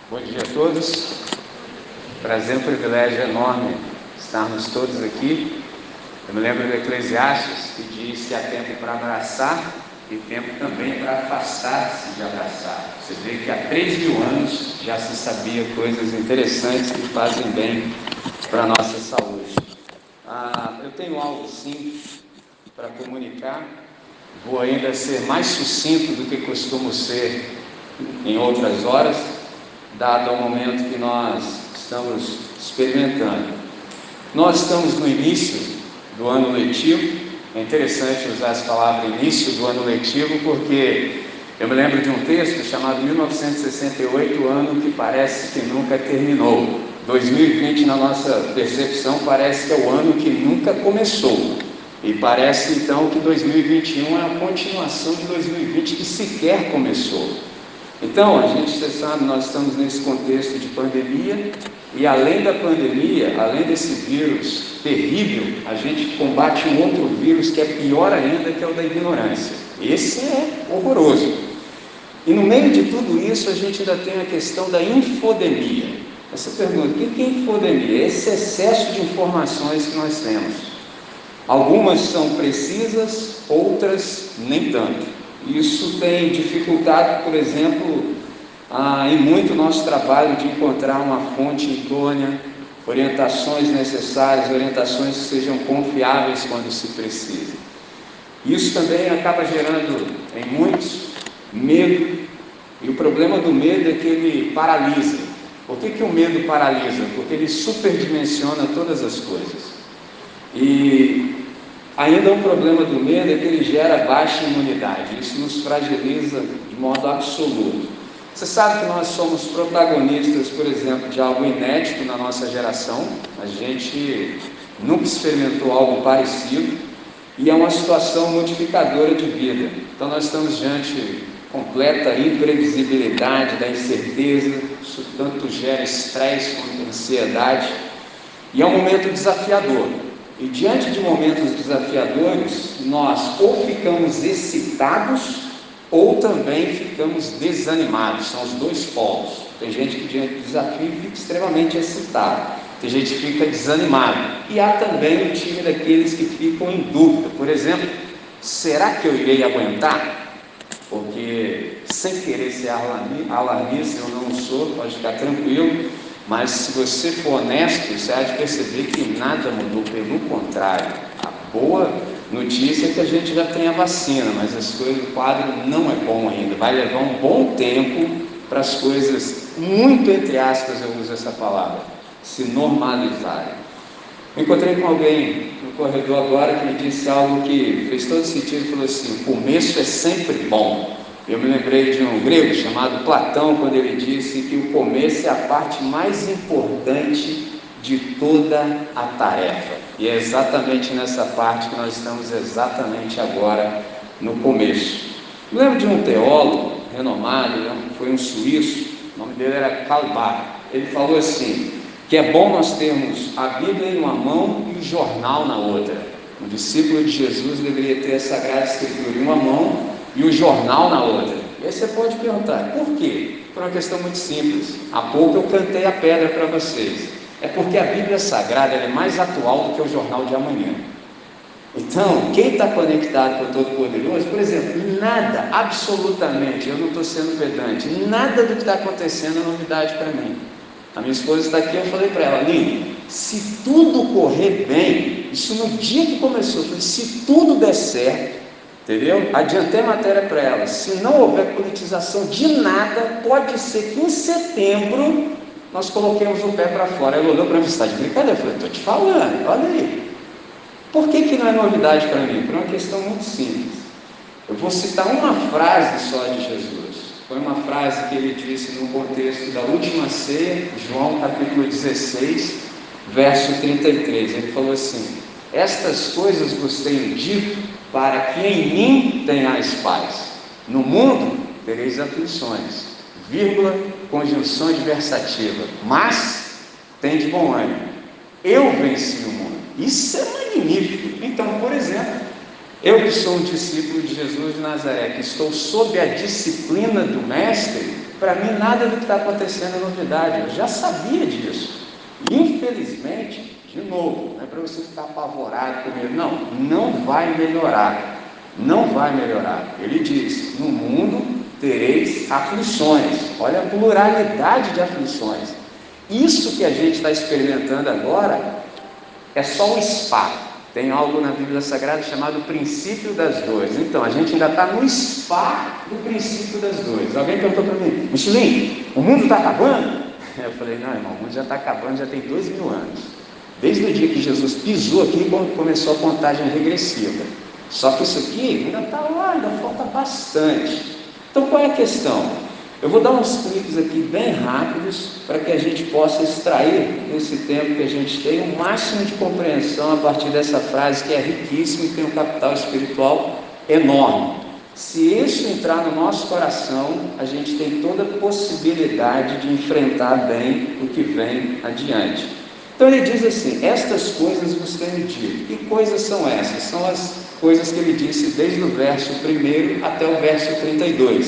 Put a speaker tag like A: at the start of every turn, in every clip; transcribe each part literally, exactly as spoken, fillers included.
A: Bom dia a todos. Prazer, um privilégio enorme estarmos todos aqui. Eu me lembro do Eclesiastes que diz que há tempo para abraçar e tempo também para afastar-se de abraçar. Você vê que há três mil anos já se sabia coisas interessantes que fazem bem para a nossa saúde. Ah, eu tenho algo sim para comunicar. Vou ainda ser mais sucinto do que costumo ser em outras horas, dado o momento que nós estamos experimentando. Nós estamos no início do ano letivo. É interessante usar essa palavra início do ano letivo, porque eu me lembro de um texto chamado mil novecentos e sessenta e oito, ano que parece que nunca terminou. dois mil e vinte, na nossa percepção, parece que é o ano que nunca começou. E parece então que dois mil e vinte e um é a continuação de dois mil e vinte, que sequer começou. Então, a gente, você sabe, nós estamos nesse contexto de pandemia, e além da pandemia, além desse vírus terrível, a gente combate um outro vírus que é pior ainda, que é o da ignorância. Esse é horroroso. E no meio de tudo isso, a gente ainda tem a questão da infodemia. Essa pergunta, o que é infodemia? Esse excesso de informações que nós temos. Algumas são precisas, outras nem tanto. Isso tem dificultado, por exemplo, ah, em muito o nosso trabalho de encontrar uma fonte idônea, orientações necessárias, orientações que sejam confiáveis quando se precisa. Isso também acaba gerando em muitos medo, e o problema do medo é que ele paralisa. Por que que o medo paralisa? Porque ele superdimensiona todas as coisas. E ainda um problema do medo é que ele gera baixa imunidade. Isso nos fragiliza de modo absoluto. Você sabe que nós somos protagonistas, por exemplo, de algo inédito na nossa geração. A gente nunca experimentou algo parecido, e é uma situação modificadora de vida. Então nós estamos diante de completa imprevisibilidade, da incerteza. Isso tanto gera estresse quanto ansiedade, e é um momento desafiador. E diante de momentos desafiadores, nós ou ficamos excitados ou também ficamos desanimados. São os dois polos. Tem gente que diante do desafio fica extremamente excitado, tem gente que fica desanimado, e há também o time daqueles que ficam em dúvida. Por exemplo, será que eu irei aguentar? Porque, sem querer ser alarmista, eu não sou, pode ficar tranquilo, mas se você for honesto, você há de perceber que nada mudou, pelo contrário. A boa notícia é que a gente já tem a vacina, mas as coisas, o quadro não é bom ainda. Vai levar um bom tempo para as coisas, muito entre aspas, eu uso essa palavra, se normalizarem. Eu encontrei com alguém no corredor agora que me disse algo que fez todo sentido. Falou assim: o começo é sempre bom. Eu me lembrei de um grego chamado Platão, quando ele disse que o começo é a parte mais importante de toda a tarefa. E é exatamente nessa parte que nós estamos exatamente agora, no começo. Eu lembro de um teólogo renomado, foi um suíço, o nome dele era Karl Barth. Ele falou assim, que é bom nós termos a Bíblia em uma mão e o jornal na outra. Um discípulo de Jesus deveria ter a Sagrada Escritura em uma mão e o jornal na outra. E aí você pode perguntar, por quê? Por uma questão muito simples. Há pouco eu cantei a pedra para vocês. É porque a Bíblia Sagrada é mais atual do que o jornal de amanhã. Então, quem está conectado com o Todo-Poderoso, por exemplo, nada, absolutamente, eu não estou sendo pedante, nada do que está acontecendo é novidade para mim. A minha esposa está aqui, eu falei para ela: Aline, se tudo correr bem, isso no dia que começou, eu falei, se tudo der certo, entendeu? Adiantei a matéria para ela, se não houver politização de nada, pode ser que em setembro nós coloquemos o pé para fora. Ela olhou para mim, está de brincadeira? Eu falei, estou te falando, olha aí. Por que que não é novidade para mim? Por uma questão muito simples. Eu vou citar uma frase só de Jesus. Foi uma frase que ele disse no contexto da última ceia, João capítulo dezesseis, verso trinta e três. Ele falou assim: estas coisas vos tenho dito para que em mim tenhais paz. No mundo tereis aflições, vírgula, conjunção adversativa, mas tem de bom ânimo, eu venci o mundo. Isso é magnífico. Então, por exemplo, eu que sou um discípulo de Jesus de Nazaré, que estou sob a disciplina do Mestre, para mim nada do que está acontecendo é novidade, eu já sabia disso. Infelizmente, de novo, não é para você ficar apavorado com ele, não, não vai melhorar, não vai melhorar. Ele diz: no mundo tereis aflições. Olha a pluralidade de aflições. Isso que a gente está experimentando agora é só um spa. Tem algo na Bíblia Sagrada chamado princípio das dores. Então, a gente ainda está no spa do princípio das dores. Alguém perguntou para mim: Michelin, o mundo está acabando? Eu falei: não, irmão, o mundo já está acabando, já tem dois mil anos. Desde o dia que Jesus pisou aqui, começou a contagem regressiva. Só que isso aqui ainda está lá, ainda falta bastante. Então, qual é a questão? Eu vou dar uns cliques aqui bem rápidos para que a gente possa extrair, nesse tempo que a gente tem, o máximo de compreensão a partir dessa frase que é riquíssima e tem um capital espiritual enorme. Se isso entrar no nosso coração, a gente tem toda a possibilidade de enfrentar bem o que vem adiante. Então ele diz assim: estas coisas vos tenho dito. Que coisas são essas? São as coisas que ele disse desde o verso primeiro até o verso trinta e dois.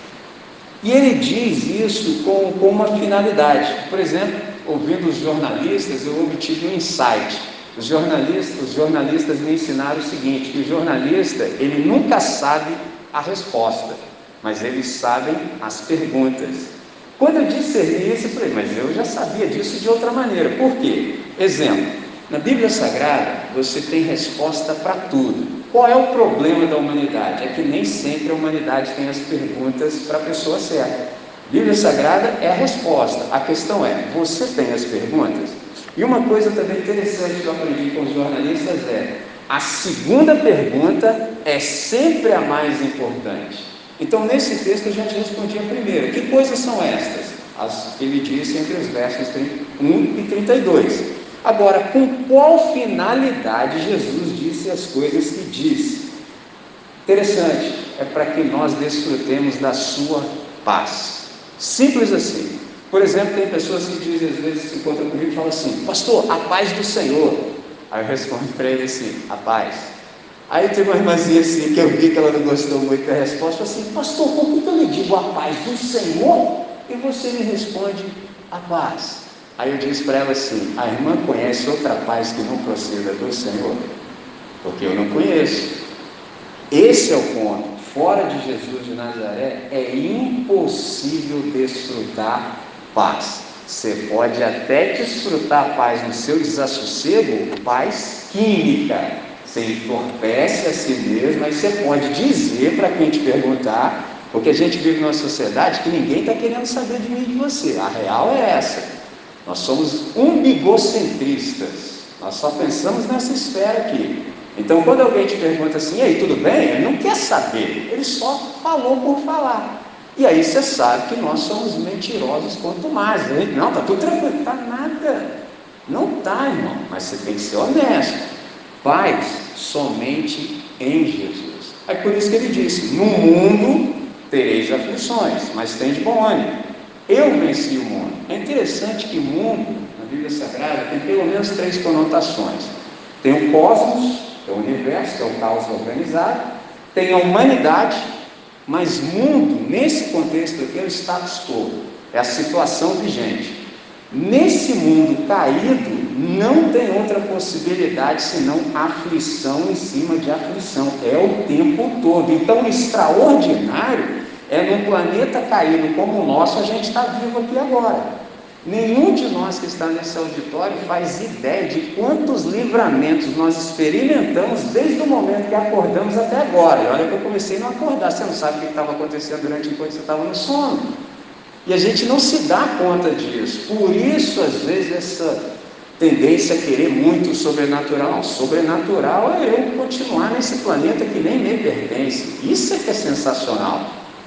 A: E ele diz isso com, com uma finalidade. Por exemplo, ouvindo os jornalistas, eu obtive um insight. Os jornalistas, os jornalistas me ensinaram o seguinte: que o jornalista, ele nunca sabe a resposta, mas eles sabem as perguntas. Quando eu discerni isso, eu falei: mas eu já sabia disso de outra maneira. Por quê? Exemplo, na Bíblia Sagrada você tem resposta para tudo. Qual é o problema da humanidade? É que nem sempre a humanidade tem as perguntas para a pessoa certa. Bíblia Sagrada é a resposta. A questão é: você tem as perguntas? E uma coisa também interessante que eu aprendi com os jornalistas é: a segunda pergunta é sempre a mais importante. Então, nesse texto, a gente respondia a primeira. Que coisas são estas? As que ele disse entre os versos um e trinta e dois. Agora, com qual finalidade Jesus disse as coisas que disse? Interessante, é para que nós desfrutemos da sua paz. Simples assim. Por exemplo, tem pessoas que dizem, às vezes se encontram comigo e falam assim: pastor, a paz do Senhor. Aí eu respondo para ele assim: a paz. Aí tem uma irmãzinha assim, que eu vi que ela não gostou muito da resposta, assim: pastor, por que eu lhe digo a paz do Senhor e você me responde a paz? Aí eu disse para ela assim: a irmã conhece outra paz que não proceda do Senhor? Porque eu não conheço. Esse é o ponto. Fora de Jesus de Nazaré é impossível desfrutar paz. Você pode até desfrutar paz no seu desassossego, paz química. Você entorpece a si mesmo, mas você pode dizer para quem te perguntar, porque a gente vive numa sociedade que ninguém está querendo saber de mim e de você. A real é essa. Nós somos umbigocentristas. Nós só pensamos nessa esfera aqui. Então, quando alguém te pergunta assim: e aí, tudo bem? Ele não quer saber. Ele só falou por falar. E aí você sabe que nós somos mentirosos quanto mais. Né? Não, está tudo tranquilo. Está nada. Não está, irmão. Mas você tem que ser honesto. Paz somente em Jesus. É por isso que ele disse: no mundo tereis aflições, mas tem de bom ânimo. Eu venci o mundo. É interessante que mundo, na Bíblia Sagrada, tem pelo menos três conotações. Tem o cosmos, que é o universo, que é o caos organizado. Tem a humanidade, mas mundo, nesse contexto aqui, é o status quo, é a situação vigente. Nesse mundo caído, não tem outra possibilidade senão aflição em cima de aflição. É o tempo todo. Então, o extraordinário é num planeta caído como o nosso, a gente está vivo aqui agora. Nenhum de nós que está nesse auditório faz ideia de quantos livramentos nós experimentamos desde o momento que acordamos até agora. E olha que eu comecei a não acordar, você não sabe o que estava acontecendo durante enquanto você estava no sono. E a gente não se dá conta disso. Por isso, às vezes, essa tendência a querer muito o sobrenatural. Não, sobrenatural é eu continuar nesse planeta que nem me pertence. Isso é que é sensacional.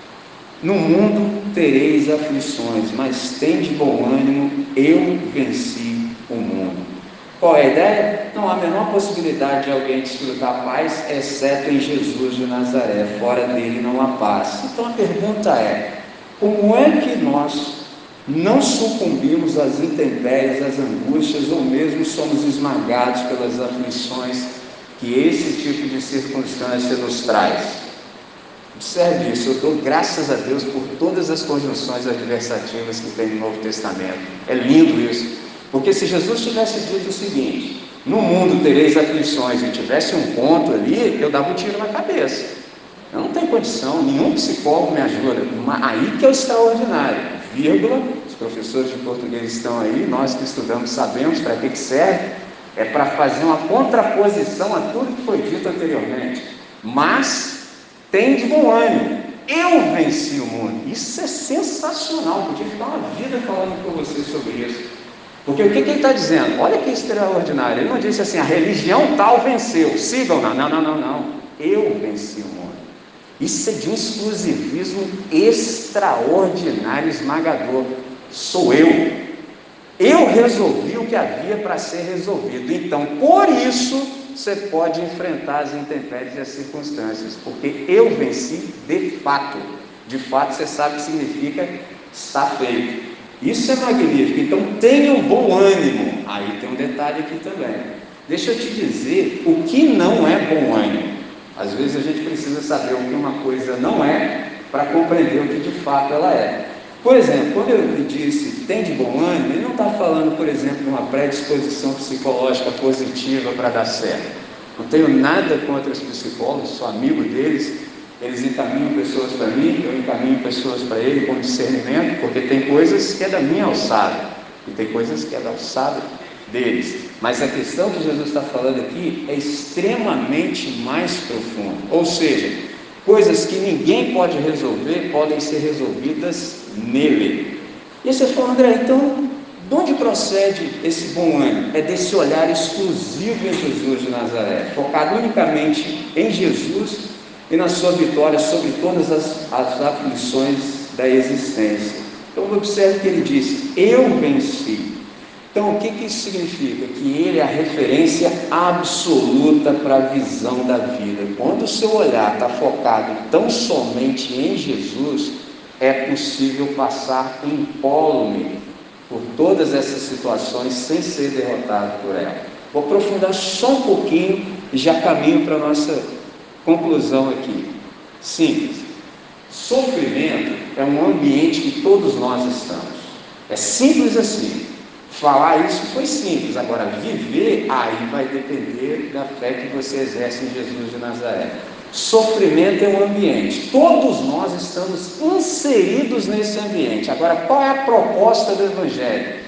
A: No mundo tereis aflições, mas tende bom ânimo, eu venci o mundo. Qual é a ideia? Não há a menor possibilidade de alguém desfrutar paz, exceto em Jesus de Nazaré. Fora dele não há paz. Então a pergunta é: como é que nós não sucumbimos às intempéries, às angústias, ou mesmo somos esmagados pelas aflições que esse tipo de circunstância nos traz? Observe isso, eu dou graças a Deus por todas as conjunções adversativas que tem no Novo Testamento. É lindo isso, porque se Jesus tivesse dito o seguinte: no mundo tereis aflições, e tivesse um ponto ali, eu dava um tiro na cabeça. Eu não tenho condição, nenhum psicólogo me ajuda. Aí que é o extraordinário, vírgula, os professores de português estão aí, nós que estudamos sabemos para que que serve, é para fazer uma contraposição a tudo que foi dito anteriormente. Mas tem de bom ânimo, eu venci o mundo. Isso é sensacional, podia ficar uma vida falando com você sobre isso. Porque o que, que ele está dizendo? Olha que extraordinário, ele não disse assim, a religião tal venceu, sigam-na, não, não, não, não, eu venci o mundo. Isso é de um exclusivismo extraordinário, esmagador. Sou eu, eu resolvi o que havia para ser resolvido, então por isso você pode enfrentar as intempéries e as circunstâncias, porque eu venci de fato. De fato você sabe o que significa está feito. Isso é magnífico, então tenha um bom ânimo. Aí tem um detalhe aqui também, deixa eu te dizer o que não é bom ânimo. Às vezes a gente precisa saber o que uma coisa não é, para compreender o que de fato ela é. Por exemplo, quando eu disse tem de bom ânimo, ele não está falando, por exemplo, de uma predisposição psicológica positiva para dar certo. Não tenho nada contra os psicólogos, sou amigo deles, eles encaminham pessoas para mim, eu encaminho pessoas para ele com discernimento, porque tem coisas que é da minha alçada, e tem coisas que é da alçada deles. Mas a questão que Jesus está falando aqui é extremamente mais profunda, ou seja, coisas que ninguém pode resolver, podem ser resolvidas nele. E você fala, André, então, de onde procede esse bom ânimo? É desse olhar exclusivo em Jesus de Nazaré, focado unicamente em Jesus e na sua vitória sobre todas as, as aflições da existência. Então observe que ele disse, eu venci. Então o que, que isso significa? Que ele é a referência absoluta para a visão da vida. Quando o seu olhar está focado tão somente em Jesus, é possível passar incólume por todas essas situações sem ser derrotado por ela. Vou aprofundar só um pouquinho e já caminho para a nossa conclusão aqui. Simples. Sofrimento é um ambiente que todos nós estamos. É simples assim. Falar isso foi simples. Agora, viver, aí vai depender da fé que você exerce em Jesus de Nazaré. Sofrimento é um ambiente. Todos nós estamos inseridos nesse ambiente. Agora, qual é a proposta do Evangelho?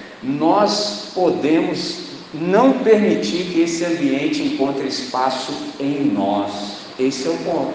A: Nós podemos não permitir que esse ambiente encontre espaço em nós. Esse é o ponto,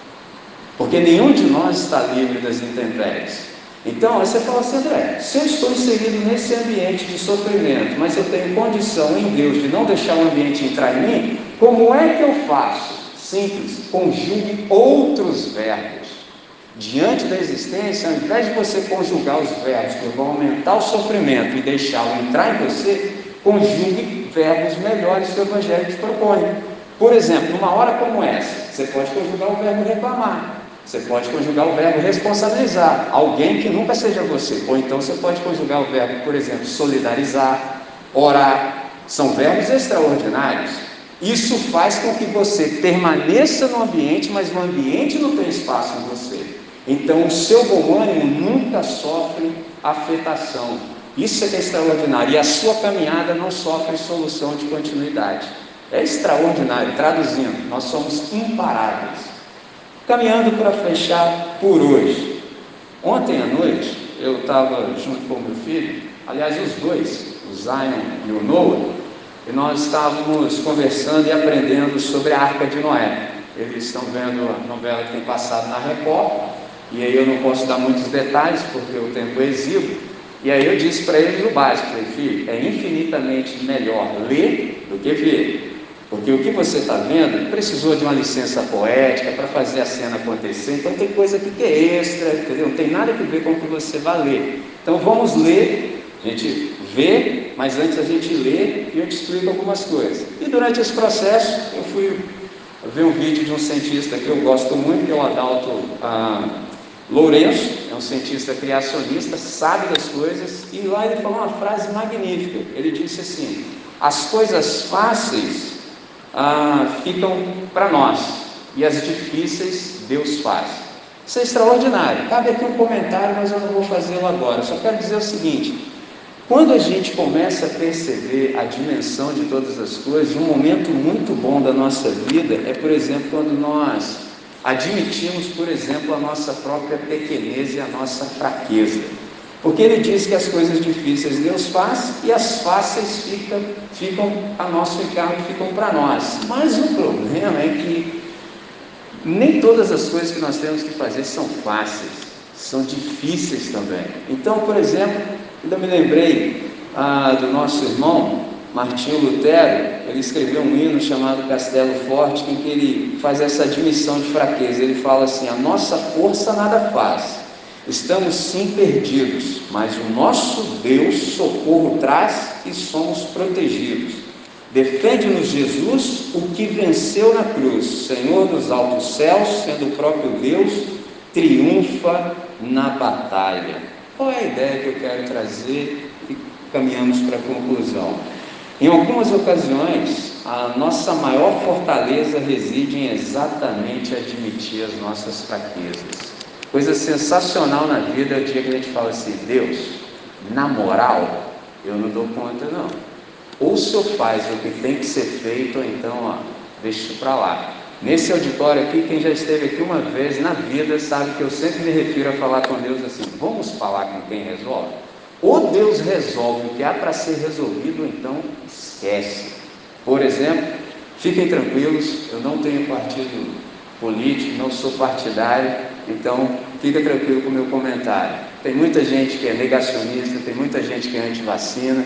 A: porque nenhum de nós está livre das intempéries. Então você fala assim, André, se eu estou inserido nesse ambiente de sofrimento, mas eu tenho condição em Deus de não deixar o ambiente entrar em mim, como é que eu faço? Simples, conjugue outros verbos. Diante da existência, ao invés de você conjugar os verbos que vão aumentar o sofrimento e deixá-lo entrar em você, conjugue verbos melhores que o Evangelho te propõe. Por exemplo, numa hora como essa, você pode conjugar o verbo reclamar, você pode conjugar o verbo responsabilizar, alguém que nunca seja você, ou então você pode conjugar o verbo, por exemplo, solidarizar, orar, são verbos extraordinários. Isso faz com que você permaneça no ambiente, mas o ambiente não tem espaço em você. Então o seu bom ânimo nunca sofre afetação. Isso é que é extraordinário, e a sua caminhada não sofre solução de continuidade. É extraordinário. Traduzindo, nós somos imparáveis. Caminhando para fechar por hoje. Ontem à noite eu estava junto com o meu filho, aliás os dois, o Zion e o Noah, e nós estávamos conversando e aprendendo sobre a Arca de Noé. Eles estão vendo a novela que tem passado na Record, e aí eu não posso dar muitos detalhes porque o tempo é exíguo. E aí eu disse para eles o básico, falei, filho, é infinitamente melhor ler do que ver. Porque o que você está vendo precisou de uma licença poética para fazer a cena acontecer, então tem coisa aqui que é extra, entendeu? Não tem nada a ver com o que você vai ler. Então vamos ler, a gente vê, mas antes a gente lê e eu te explico algumas coisas. E durante esse processo eu fui ver um vídeo de um cientista que eu gosto muito, que é o Adalto ah, Lourenço, é um cientista criacionista, sabe das coisas, e lá ele falou uma frase magnífica. Ele disse assim: as coisas fáceis Ah, ficam para nós, e as difíceis Deus faz. Isso é extraordinário. Cabe aqui um comentário, mas eu não vou fazê-lo agora. Eu só quero dizer o seguinte: quando a gente começa a perceber a dimensão de todas as coisas, um momento muito bom da nossa vida é, por exemplo, quando nós admitimos, por exemplo, a nossa própria pequenez e a nossa fraqueza. Porque ele diz que as coisas difíceis Deus faz e as fáceis ficam, ficam a nosso encargo, ficam para nós. Mas o problema é que nem todas as coisas que nós temos que fazer são fáceis, são difíceis também. Então, por exemplo, ainda me lembrei ah, do nosso irmão Martinho Lutero. Ele escreveu um hino chamado Castelo Forte, em que ele faz essa admissão de fraqueza. Ele fala assim: a nossa força nada faz, estamos sim perdidos, mas o nosso Deus socorro traz e somos protegidos. Defende-nos Jesus, o que venceu na cruz, Senhor dos altos céus, sendo o próprio Deus, triunfa na batalha. Qual é a ideia que eu quero trazer e caminhamos para a conclusão? Em algumas ocasiões, a nossa maior fortaleza reside em exatamente admitir as nossas fraquezas. Coisa sensacional na vida é o dia que a gente fala assim: Deus, na moral, eu não dou conta não. Ou o Senhor faz o que tem que ser feito, ou então, ó, deixa isso para lá. Nesse auditório aqui, quem já esteve aqui uma vez na vida sabe que eu sempre me refiro a falar com Deus assim: vamos falar com quem resolve? Ou Deus resolve o que há para ser resolvido, ou então esquece. Por exemplo, fiquem tranquilos, eu não tenho partido político, não sou partidário, então fica tranquilo com o meu comentário. Tem muita gente que é negacionista, tem muita gente que é anti-vacina.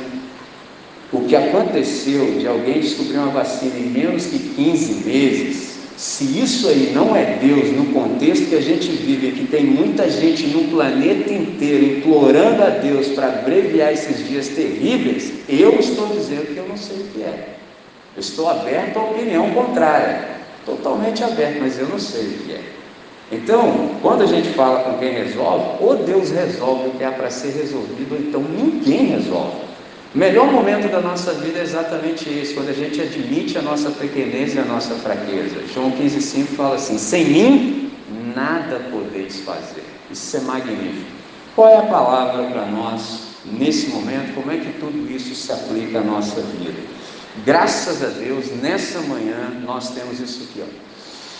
A: O que aconteceu de alguém descobrir uma vacina em menos que quinze meses, se isso aí não é Deus no contexto que a gente vive, que tem muita gente no planeta inteiro implorando a Deus para abreviar esses dias terríveis, eu estou dizendo que eu não sei o que é. Eu estou aberto à opinião contrária, totalmente aberto, mas eu não sei o que é. Então, quando a gente fala com quem resolve, ou Deus resolve o que há para ser resolvido, ou então ninguém resolve. O melhor momento da nossa vida é exatamente esse, quando a gente admite a nossa pequenez e a nossa fraqueza. João quinze, cinco fala assim: sem mim, nada podeis fazer. Isso é magnífico. Qual é a palavra para nós nesse momento? Como é que tudo isso se aplica à nossa vida? Graças a Deus, nessa manhã, nós temos isso aqui, ó.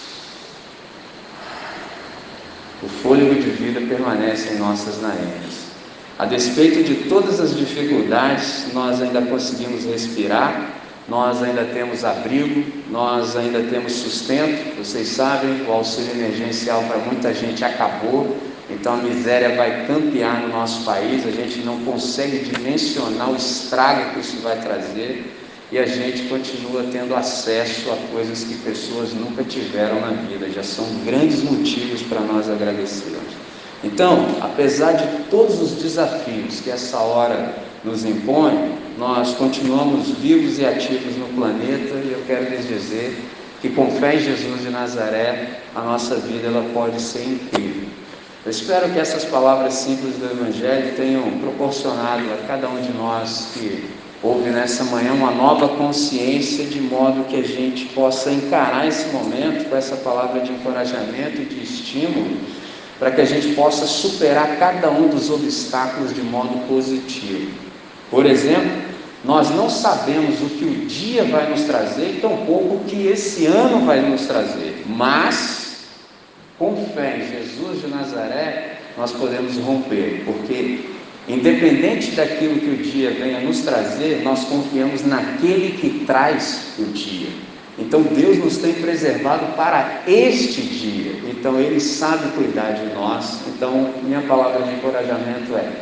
A: O fôlego de vida permanece em nossas narinas. A despeito de todas as dificuldades, nós ainda conseguimos respirar, nós ainda temos abrigo, nós ainda temos sustento. Vocês sabem, o auxílio emergencial para muita gente acabou, então a miséria vai campear no nosso país, a gente não consegue dimensionar o estrago que isso vai trazer, e a gente continua tendo acesso a coisas que pessoas nunca tiveram na vida. Já são grandes motivos para nós agradecermos. Então, apesar de todos os desafios que essa hora nos impõe, nós continuamos vivos e ativos no planeta, e eu quero lhes dizer que com fé em Jesus de Nazaré, a nossa vida ela pode ser incrível. Eu espero que essas palavras simples do Evangelho tenham proporcionado a cada um de nós que ouve nessa manhã uma nova consciência, de modo que a gente possa encarar esse momento com essa palavra de encorajamento e de estímulo, para que a gente possa superar cada um dos obstáculos de modo positivo. Por exemplo, nós não sabemos o que o dia vai nos trazer, e tampouco o que esse ano vai nos trazer, mas com fé em Jesus de Nazaré, nós podemos romper, porque independente daquilo que o dia venha nos trazer, nós confiamos naquele que traz o dia. Então Deus nos tem preservado para este dia, então Ele sabe cuidar de nós. Então minha palavra de encorajamento é: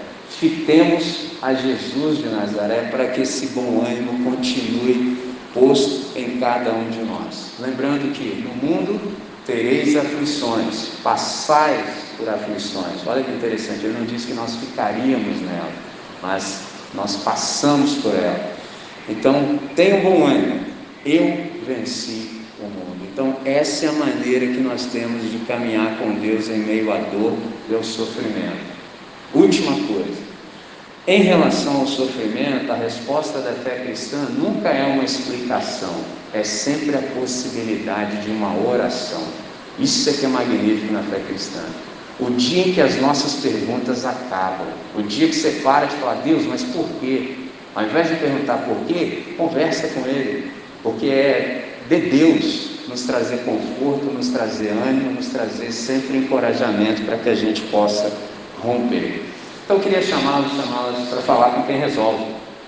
A: fitemos a Jesus de Nazaré, para que esse bom ânimo continue posto em cada um de nós. Lembrando que no mundo tereis aflições, passais por aflições. Olha que interessante, Ele não disse que nós ficaríamos nela, mas nós passamos por ela. Então tenham bom ânimo, eu venci o mundo. Então essa é a maneira que nós temos de caminhar com Deus em meio à dor e ao sofrimento. Última coisa, em relação ao sofrimento, a resposta da fé cristã nunca é uma explicação, é sempre a possibilidade de uma oração. Isso é que é magnífico na fé cristã. O dia em que as nossas perguntas acabam, o dia que você para de falar, Deus, mas por quê? Ao invés de perguntar por quê, conversa com Ele, porque é de Deus nos trazer conforto, nos trazer ânimo, nos trazer sempre encorajamento para que a gente possa romper. Então eu queria chamá-los, chamá-las para falar com quem resolve.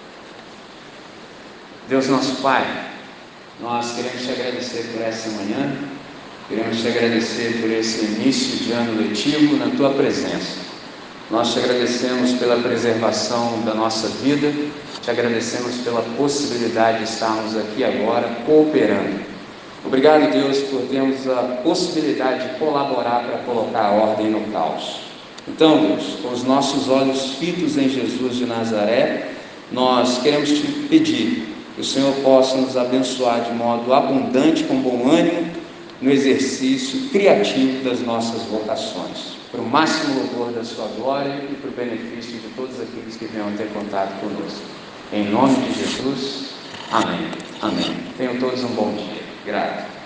A: Deus nosso Pai, nós queremos te agradecer por essa manhã, queremos te agradecer por esse início de ano letivo na tua presença. Nós te agradecemos pela preservação da nossa vida, te agradecemos pela possibilidade de estarmos aqui agora cooperando. Obrigado, Deus, por termos a possibilidade de colaborar para colocar a ordem no caos. Então, Deus, com os nossos olhos fitos em Jesus de Nazaré, nós queremos te pedir que o Senhor possa nos abençoar de modo abundante, com bom ânimo, no exercício criativo das nossas vocações, para o máximo louvor da sua glória e para o benefício de todos aqueles que venham ter contato conosco. Em nome de Jesus, amém. Amém. Tenham todos um bom dia. Grato.